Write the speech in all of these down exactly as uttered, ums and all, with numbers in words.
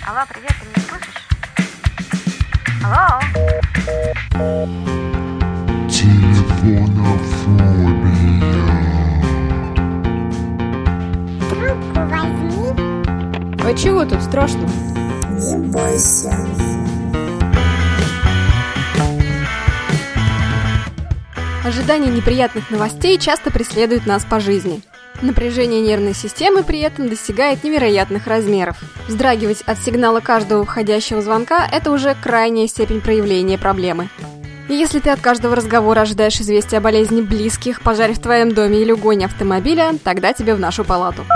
Алло, привет, ты меня слышишь? Алло? Телефонофобия. Трубку возьми. А чего тут страшно? Не бойся. Ожидание неприятных новостей часто преследует нас по жизни. Напряжение нервной системы при этом достигает невероятных размеров. Вздрагивать от сигнала каждого входящего звонка – это уже крайняя степень проявления проблемы. И если ты от каждого разговора ожидаешь известия о болезни близких, пожаре в твоем доме или угоне автомобиля, тогда тебе в нашу палату.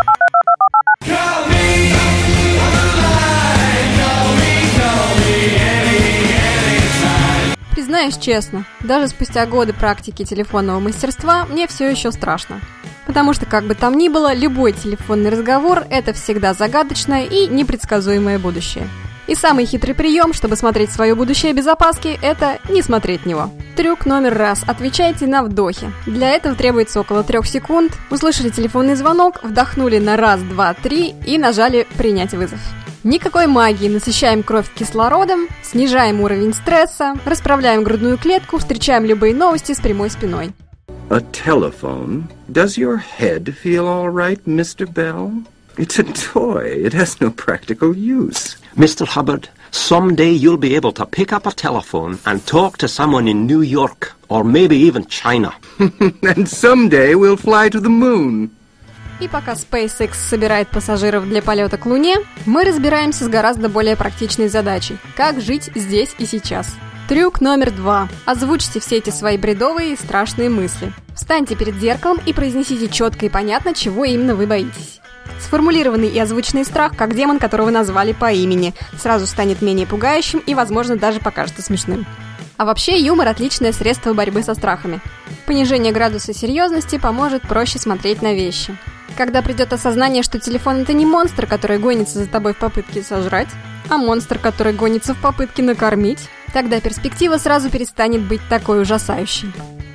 Признаюсь честно, даже спустя годы практики телефонного мастерства мне все еще страшно. Потому что, как бы там ни было, любой телефонный разговор – это всегда загадочное и непредсказуемое будущее. И самый хитрый прием, чтобы смотреть свое будущее без опаски – это не смотреть в него. Трюк номер раз – отвечайте на вдохе. Для этого требуется около трех секунд. Услышали телефонный звонок, вдохнули на раз, два, три и нажали «Принять вызов». Никакой магии, насыщаем кровь кислородом, снижаем уровень стресса, расправляем грудную клетку, встречаем любые новости с прямой спиной. A telephone? Does your head feel all right, Mister Bell? It's a toy. It has no practical use. Mister Hubbard, someday you'll be able to pick up a telephone and talk to someone in New York, or maybe even China. And someday we'll fly to the moon. И пока SpaceX собирает пассажиров для полета к Луне, мы разбираемся с гораздо более практичной задачей – как жить здесь и сейчас. Трюк номер два. Озвучьте все эти свои бредовые и страшные мысли. Встаньте перед зеркалом и произнесите четко и понятно, чего именно вы боитесь. Сформулированный и озвученный страх, как демон, которого назвали по имени, сразу станет менее пугающим и, возможно, даже покажется смешным. А вообще, юмор – отличное средство борьбы со страхами. Понижение градуса серьезности поможет проще смотреть на вещи. Когда придет осознание, что телефон – это не монстр, который гонится за тобой в попытке сожрать, а монстр, который гонится в попытке накормить, тогда перспектива сразу перестанет быть такой ужасающей.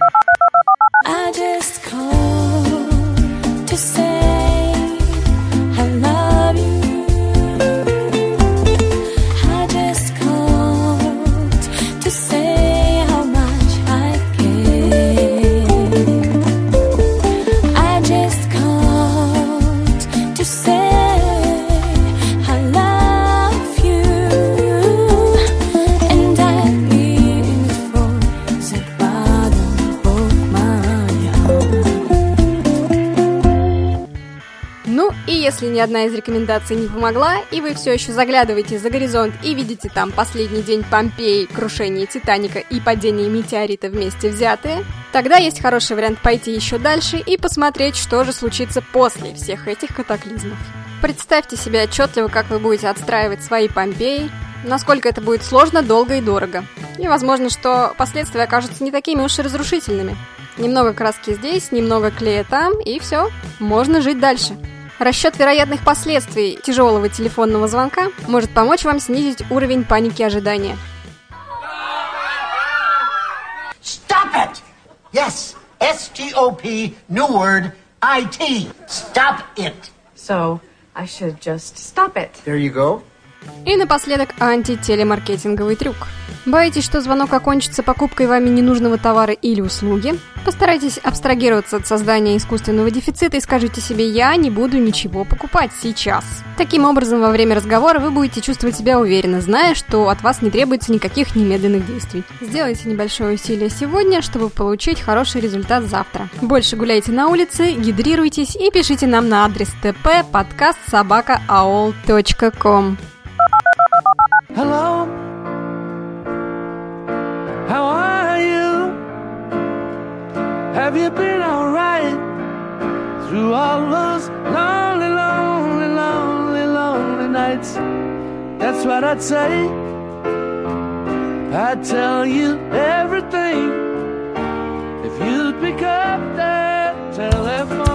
Если ни одна из рекомендаций не помогла, и вы все еще заглядываете за горизонт и видите там последний день Помпеи, крушение Титаника и падение метеорита вместе взятые, тогда есть хороший вариант пойти еще дальше и посмотреть, что же случится после всех этих катаклизмов. Представьте себе отчетливо, как вы будете отстраивать свои Помпеи, насколько это будет сложно, долго и дорого. И возможно, что последствия окажутся не такими уж и разрушительными. Немного краски здесь, немного клея там, и все, можно жить дальше. Расчет вероятных последствий тяжелого телефонного звонка может помочь вам снизить уровень паники ожидания. Stop it! Yes, S T O P, new word, I T. Stop it. So, I should just stop it. There you go. И напоследок антителемаркетинговый трюк. Боитесь, что звонок окончится покупкой вами ненужного товара или услуги? Постарайтесь абстрагироваться от создания искусственного дефицита и скажите себе «я не буду ничего покупать сейчас». Таким образом, во время разговора вы будете чувствовать себя уверенно, зная, что от вас не требуется никаких немедленных действий. Сделайте небольшое усилие сегодня, чтобы получить хороший результат завтра. Больше гуляйте на улице, гидрируйтесь и пишите нам на адрес тп подкаст собака аол точка ком. Hello, how are you? Have you been alright through all those lonely, lonely, lonely, lonely nights? That's what I'd say. I'd tell you everything if you'd pick up that telephone.